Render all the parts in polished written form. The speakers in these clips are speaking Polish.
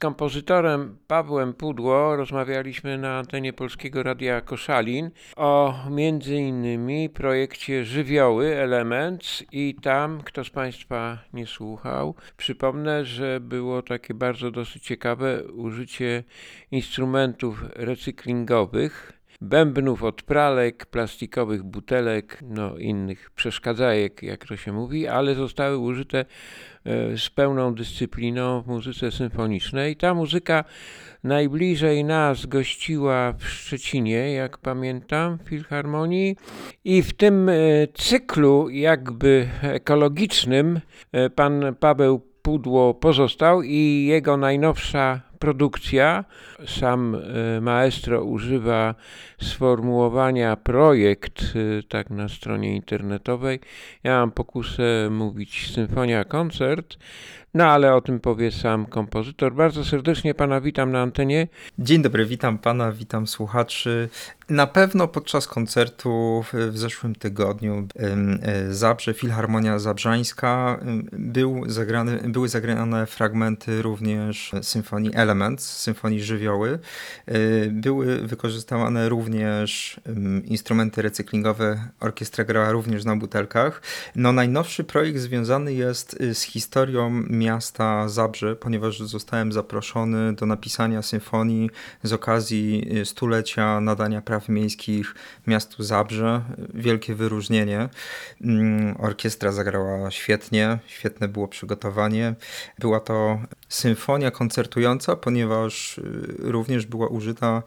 kompozytorem Pawłem Pudło rozmawialiśmy na antenie Polskiego Radia Koszalin o między innymi projekcie Żywioły Elements i tam, kto z Państwa nie słuchał, przypomnę, że było takie bardzo dosyć ciekawe użycie instrumentów recyklingowych, bębnów od pralek, plastikowych butelek, innych przeszkadzajek, jak to się mówi, ale zostały użyte z pełną dyscypliną w muzyce symfonicznej. Ta muzyka najbliżej nas gościła w Szczecinie, jak pamiętam, w Filharmonii i w tym cyklu jakby ekologicznym pan Paweł Pudło pozostał i jego najnowsza produkcja, sam maestro używa sformułowania projekt, tak na stronie internetowej. Ja mam pokusę mówić symfonia koncert, ale o tym powie sam kompozytor. Bardzo serdecznie pana witam na antenie. Dzień dobry, witam pana, witam słuchaczy. Na pewno podczas koncertu w zeszłym tygodniu Zabrze, Filharmonia Zabrzańska, były zagrane fragmenty również symfonii Elements, symfonii Żywioły. Były wykorzystywane również instrumenty recyklingowe, orkiestra grała również na butelkach. Najnowszy projekt związany jest z historią miasta Zabrze, ponieważ zostałem zaproszony do napisania symfonii z okazji stulecia nadania praw miejskich miastu Zabrze. Wielkie wyróżnienie. Orkiestra zagrała świetnie, świetne było przygotowanie. Była to symfonia koncertująca, ponieważ również była użyta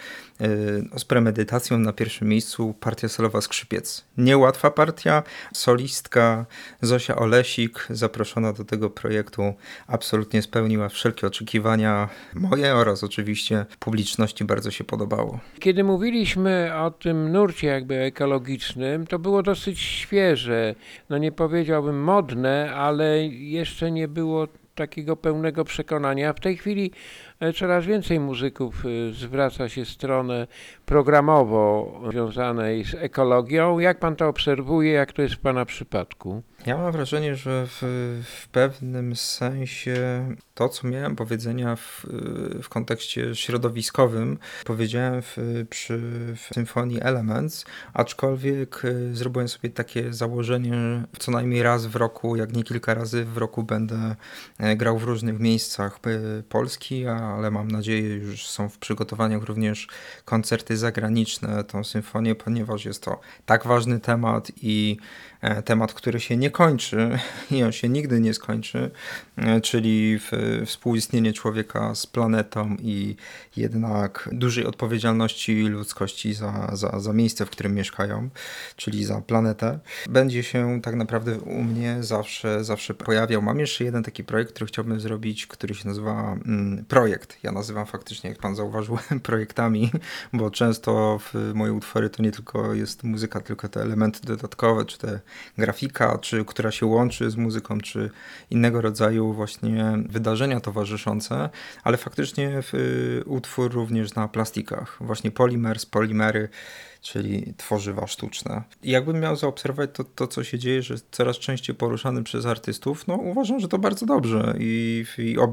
z premedytacją na pierwszym miejscu partia solowa skrzypiec. Niełatwa partia, solistka Zosia Olesik, zaproszona do tego projektu, absolutnie spełniła wszelkie oczekiwania moje oraz oczywiście publiczności, bardzo się podobało. Kiedy mówiliśmy o tym nurcie jakby ekologicznym, to było dosyć świeże, nie powiedziałbym modne, ale jeszcze nie było takiego pełnego przekonania. W tej chwili coraz więcej muzyków zwraca się w stronę programowo związanej z ekologią. Jak pan to obserwuje, jak to jest w pana przypadku? Ja mam wrażenie, że w pewnym sensie to, co miałem powiedzenia w kontekście środowiskowym, powiedziałem przy symfonii Elements, aczkolwiek zrobiłem sobie takie założenie, co najmniej raz w roku, jak nie kilka razy w roku będę grał w różnych miejscach Polski, ale mam nadzieję, już są w przygotowaniach również koncerty zagraniczne, tą symfonię, ponieważ jest to tak ważny temat i temat, który się nie kończy i on się nigdy nie skończy, czyli współistnienie człowieka z planetą i jednak dużej odpowiedzialności ludzkości za miejsce, w którym mieszkają, czyli za planetę, będzie się tak naprawdę u mnie zawsze pojawiał. Mam jeszcze jeden taki projekt, który chciałbym zrobić, który się nazywa projekt. Ja nazywam faktycznie, jak pan zauważył, projektami, bo często w moje utwory to nie tylko jest muzyka, tylko te elementy dodatkowe, czy te grafika, która się łączy z muzyką, czy innego rodzaju właśnie wydarzenia towarzyszące, ale faktycznie utwór również na plastikach. Właśnie polimery, czyli tworzywa sztuczne. I jakbym miał zaobserwować to, co się dzieje, że coraz częściej poruszany przez artystów, uważam, że to bardzo dobrze i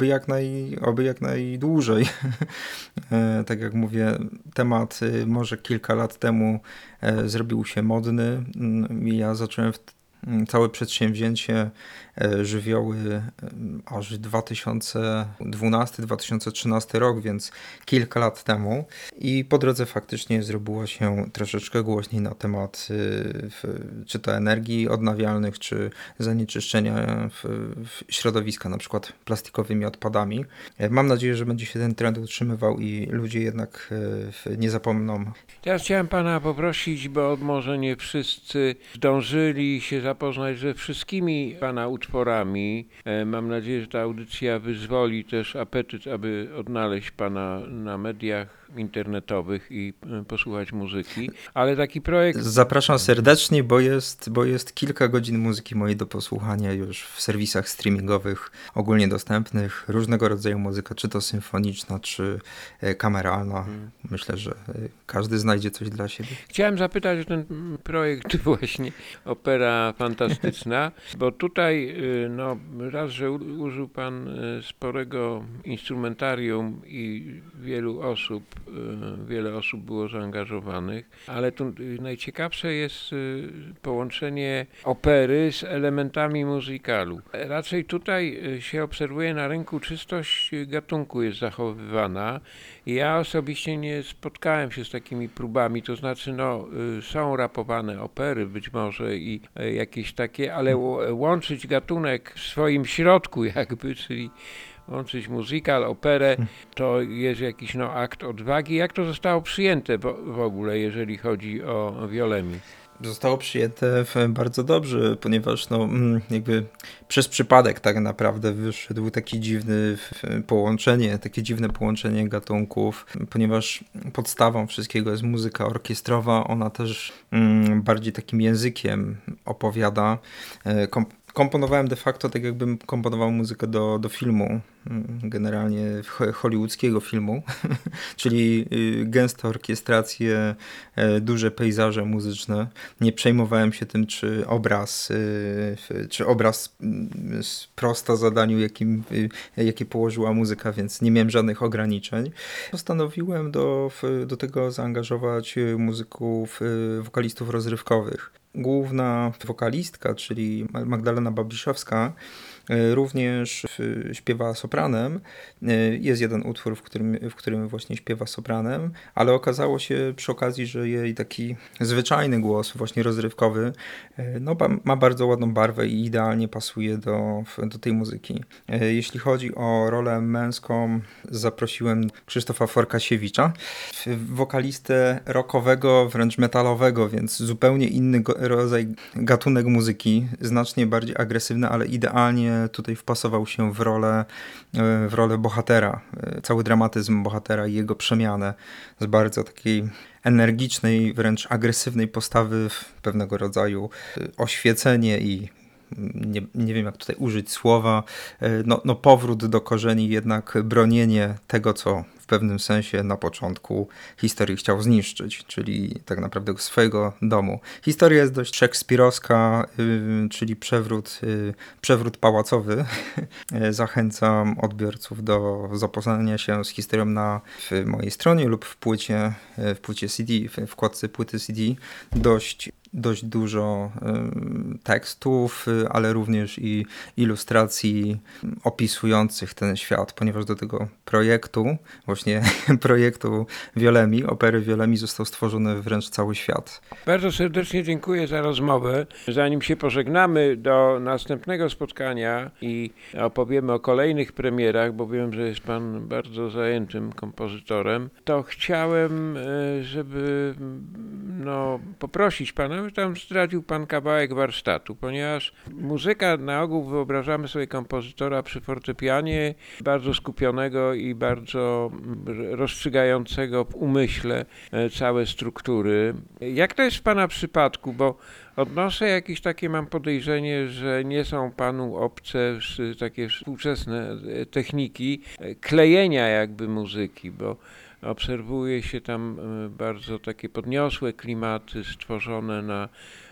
oby jak najdłużej. Tak jak mówię, temat może kilka lat temu zrobił się modny. Ja zacząłem całe przedsięwzięcie Żywioły aż 2012-2013 rok, więc kilka lat temu i po drodze faktycznie zrobiło się troszeczkę głośniej na temat czy to energii odnawialnych, czy zanieczyszczenia środowiska, na przykład plastikowymi odpadami. Mam nadzieję, że będzie się ten trend utrzymywał i ludzie jednak nie zapomną. Teraz chciałem pana poprosić, bo może nie wszyscy zdążyli się zapoznać ze wszystkimi pana utworami. Mam nadzieję, że ta audycja wyzwoli też apetyt, aby odnaleźć pana na mediach internetowych i posłuchać muzyki, ale taki projekt... Zapraszam serdecznie, bo jest kilka godzin muzyki mojej do posłuchania już w serwisach streamingowych ogólnie dostępnych, różnego rodzaju muzyka, czy to symfoniczna, czy kameralna. Myślę, że każdy znajdzie coś dla siebie. Chciałem zapytać o ten projekt właśnie Opera fantastyczna, bo tutaj no, raz, że użył pan sporego instrumentarium i wiele osób było zaangażowanych, ale tu najciekawsze jest połączenie opery z elementami muzykalu. Raczej tutaj się obserwuje na rynku czystość gatunku jest zachowywana. Ja osobiście nie spotkałem się z takimi próbami, to znaczy no, są rapowane opery być może i jakieś takie, ale łączyć gatunek w swoim środku jakby, czyli łączyć muzykal, operę, to jest jakiś no, akt odwagi. Jak to zostało przyjęte w ogóle, jeżeli chodzi o Violemi? Zostało przyjęte bardzo dobrze, ponieważ no, jakby przez przypadek tak naprawdę wyszedł takie dziwne połączenie gatunków, ponieważ podstawą wszystkiego jest muzyka orkiestrowa, ona też bardziej takim językiem opowiada. Komponowałem de facto tak, jakbym komponował muzykę do filmu, generalnie hollywoodzkiego filmu, czyli gęste orkiestracje, duże pejzaże muzyczne. Nie przejmowałem się tym, czy obraz sprosta zadaniu, jakie położyła muzyka, więc nie miałem żadnych ograniczeń. Postanowiłem do tego zaangażować muzyków, wokalistów rozrywkowych. Główna wokalistka, czyli Magdalena Babiszowska, również śpiewa sopranem. Jest jeden utwór, w którym właśnie śpiewa sopranem, ale okazało się przy okazji, że jej taki zwyczajny głos, właśnie rozrywkowy, no, ma bardzo ładną barwę i idealnie pasuje do tej muzyki. Jeśli chodzi o rolę męską, zaprosiłem Krzysztofa Forkasiewicza, wokalistę rockowego, wręcz metalowego, więc zupełnie inny gatunek muzyki, znacznie bardziej agresywny, ale idealnie tutaj wpasował się w rolę bohatera. Cały dramatyzm bohatera i jego przemianę z bardzo takiej energicznej, wręcz agresywnej postawy w pewnego rodzaju oświecenie i nie wiem jak tutaj użyć słowa, no powrót do korzeni, jednak bronienie tego, co w pewnym sensie na początku historii chciał zniszczyć, czyli tak naprawdę swojego domu. Historia jest dość szekspirowska, czyli przewrót pałacowy. Zachęcam odbiorców do zapoznania się z historią w mojej stronie lub w płycie CD, w wkładce płyty CD. Dość dużo tekstów, ale również i ilustracji opisujących ten świat, ponieważ do tego właśnie projektu Violemi, opery Violemi, został stworzony wręcz cały świat. Bardzo serdecznie dziękuję za rozmowę. Zanim się pożegnamy do następnego spotkania i opowiemy o kolejnych premierach, bo wiem, że jest pan bardzo zajętym kompozytorem, to chciałem, żeby poprosić pana, żeby tam zdradził pan kawałek warsztatu, ponieważ muzyka na ogół wyobrażamy sobie kompozytora przy fortepianie, bardzo skupionego i bardzo rozstrzygającego w umyśle całe struktury. Jak to jest w pana przypadku, bo odnoszę jakieś takie, mam podejrzenie, że nie są panu obce takie współczesne techniki klejenia jakby muzyki, bo obserwuje się tam bardzo takie podniosłe klimaty stworzone na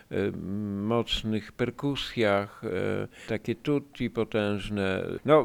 mocnych perkusjach, takie tutti potężne,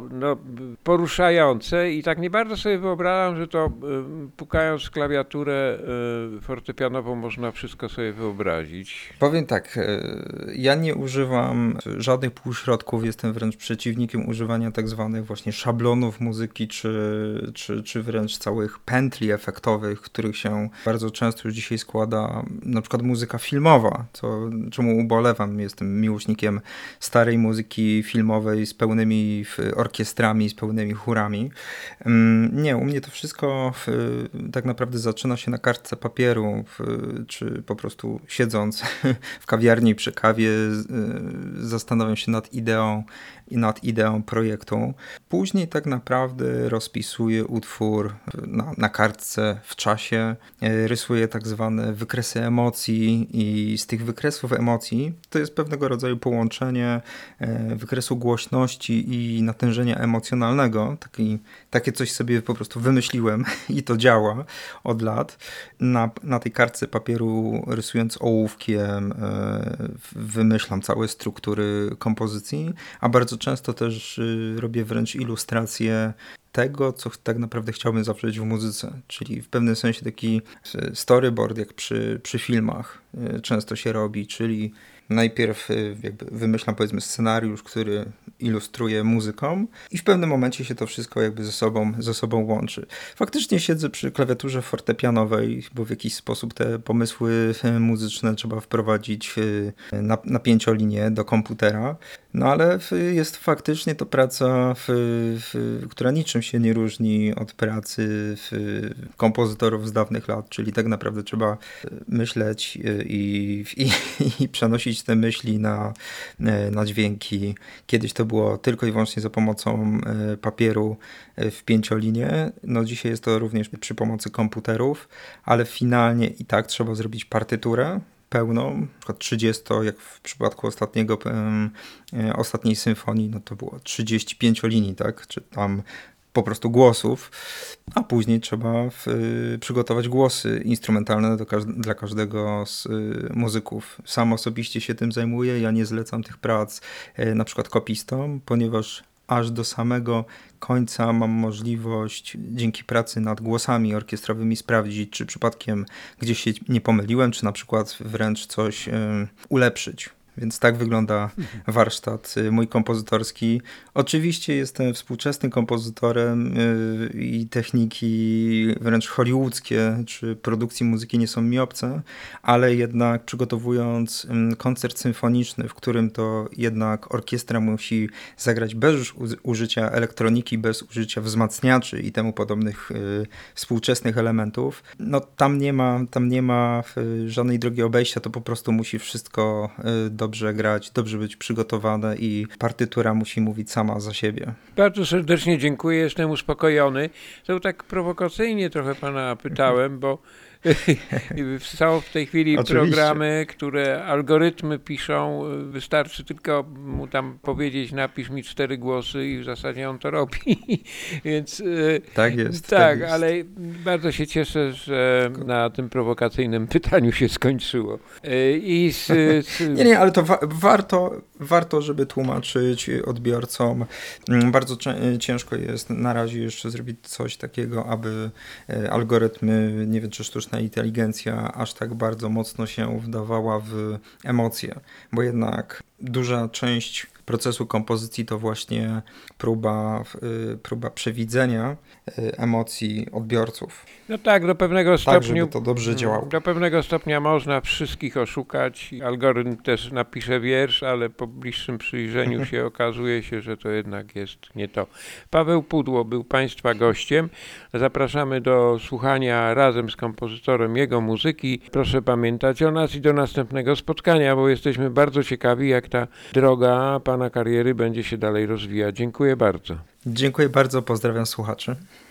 poruszające i tak nie bardzo sobie wyobrażam, że to pukając w klawiaturę fortepianową można wszystko sobie wyobrazić. Powiem tak, ja nie używam żadnych półśrodków, jestem wręcz przeciwnikiem używania tak zwanych właśnie szablonów muzyki, czy wręcz całych pętli efektowych, których się bardzo często już dzisiaj składa na przykład muzyka filmowa, czemu ubolewam. Jestem miłośnikiem starej muzyki filmowej z pełnymi orkiestrami, z pełnymi chórami. Nie, u mnie to wszystko tak naprawdę zaczyna się na kartce papieru, czy po prostu siedząc w kawiarni przy kawie zastanawiam się nad ideą i nad ideą projektu. Później tak naprawdę rozpisuję utwór na kartce w czasie, rysuję tak zwane wykresy emocji i z tych wykresów emocji to jest pewnego rodzaju połączenie wykresu głośności i natężenia emocjonalnego. Takie coś sobie po prostu wymyśliłem i to działa od lat. Na tej kartce papieru rysując ołówkiem wymyślam całe struktury kompozycji, a bardzo często też robię wręcz ilustrację tego, co tak naprawdę chciałbym zawrzeć w muzyce, czyli w pewnym sensie taki storyboard, jak przy filmach często się robi, czyli najpierw jakby wymyślam powiedzmy scenariusz, który ilustruje muzyką i w pewnym momencie się to wszystko jakby ze sobą łączy. Faktycznie siedzę przy klawiaturze fortepianowej, bo w jakiś sposób te pomysły muzyczne trzeba wprowadzić na pięciolinię do komputera, no ale jest faktycznie to praca, która niczym się nie różni od pracy kompozytorów z dawnych lat, czyli tak naprawdę trzeba myśleć i przenosić te myśli na dźwięki. Kiedyś to było tylko i wyłącznie za pomocą papieru w pięciolinie. No dzisiaj jest to również przy pomocy komputerów, ale finalnie i tak trzeba zrobić partyturę pełną, na przykład 30, jak w przypadku ostatniej symfonii, no to było 35 linii, tak? Czy tam po prostu głosów, a później trzeba przygotować głosy instrumentalne dla każdego z muzyków. Sam osobiście się tym zajmuję, ja nie zlecam tych prac na przykład kopistom, ponieważ aż do samego końca mam możliwość dzięki pracy nad głosami orkiestrowymi sprawdzić, czy przypadkiem gdzieś się nie pomyliłem, czy na przykład wręcz coś ulepszyć. Więc tak wygląda warsztat mój kompozytorski. Oczywiście jestem współczesnym kompozytorem i techniki wręcz hollywoodzkie czy produkcji muzyki nie są mi obce, ale jednak przygotowując koncert symfoniczny, w którym to jednak orkiestra musi zagrać bez użycia elektroniki, bez użycia wzmacniaczy i temu podobnych współczesnych elementów, no tam nie ma żadnej drogi obejścia, to po prostu musi wszystko dobrze grać, dobrze być przygotowane i partytura musi mówić sama za siebie. Bardzo serdecznie dziękuję, jestem uspokojony. To tak prowokacyjnie trochę pana pytałem, bo są w tej chwili Oczywiście. programy, które algorytmy piszą, wystarczy tylko mu tam powiedzieć, napisz mi 4 głosy i w zasadzie on to robi. Więc Tak jest. tak, ale bardzo się cieszę, że na tym prowokacyjnym pytaniu się skończyło. Nie, ale to warto, żeby tłumaczyć odbiorcom. Bardzo ciężko jest na razie jeszcze zrobić coś takiego, aby algorytmy, nie wiem, czy sztuczna inteligencja aż tak bardzo mocno się wdawała w emocje, bo jednak duża część procesu kompozycji to właśnie próba przewidzenia emocji odbiorców. No tak, do pewnego stopnia. Tak, żeby to dobrze działało. Do pewnego stopnia można wszystkich oszukać. Algorytm też napisze wiersz, ale po bliższym przyjrzeniu się okazuje się, że to jednak jest nie to. Paweł Pudło był Państwa gościem. Zapraszamy do słuchania razem z kompozytorem jego muzyki. Proszę pamiętać o nas i do następnego spotkania, bo jesteśmy bardzo ciekawi, jak ta droga Pana kariery będzie się dalej rozwijać. Dziękuję bardzo. Dziękuję bardzo, pozdrawiam słuchaczy.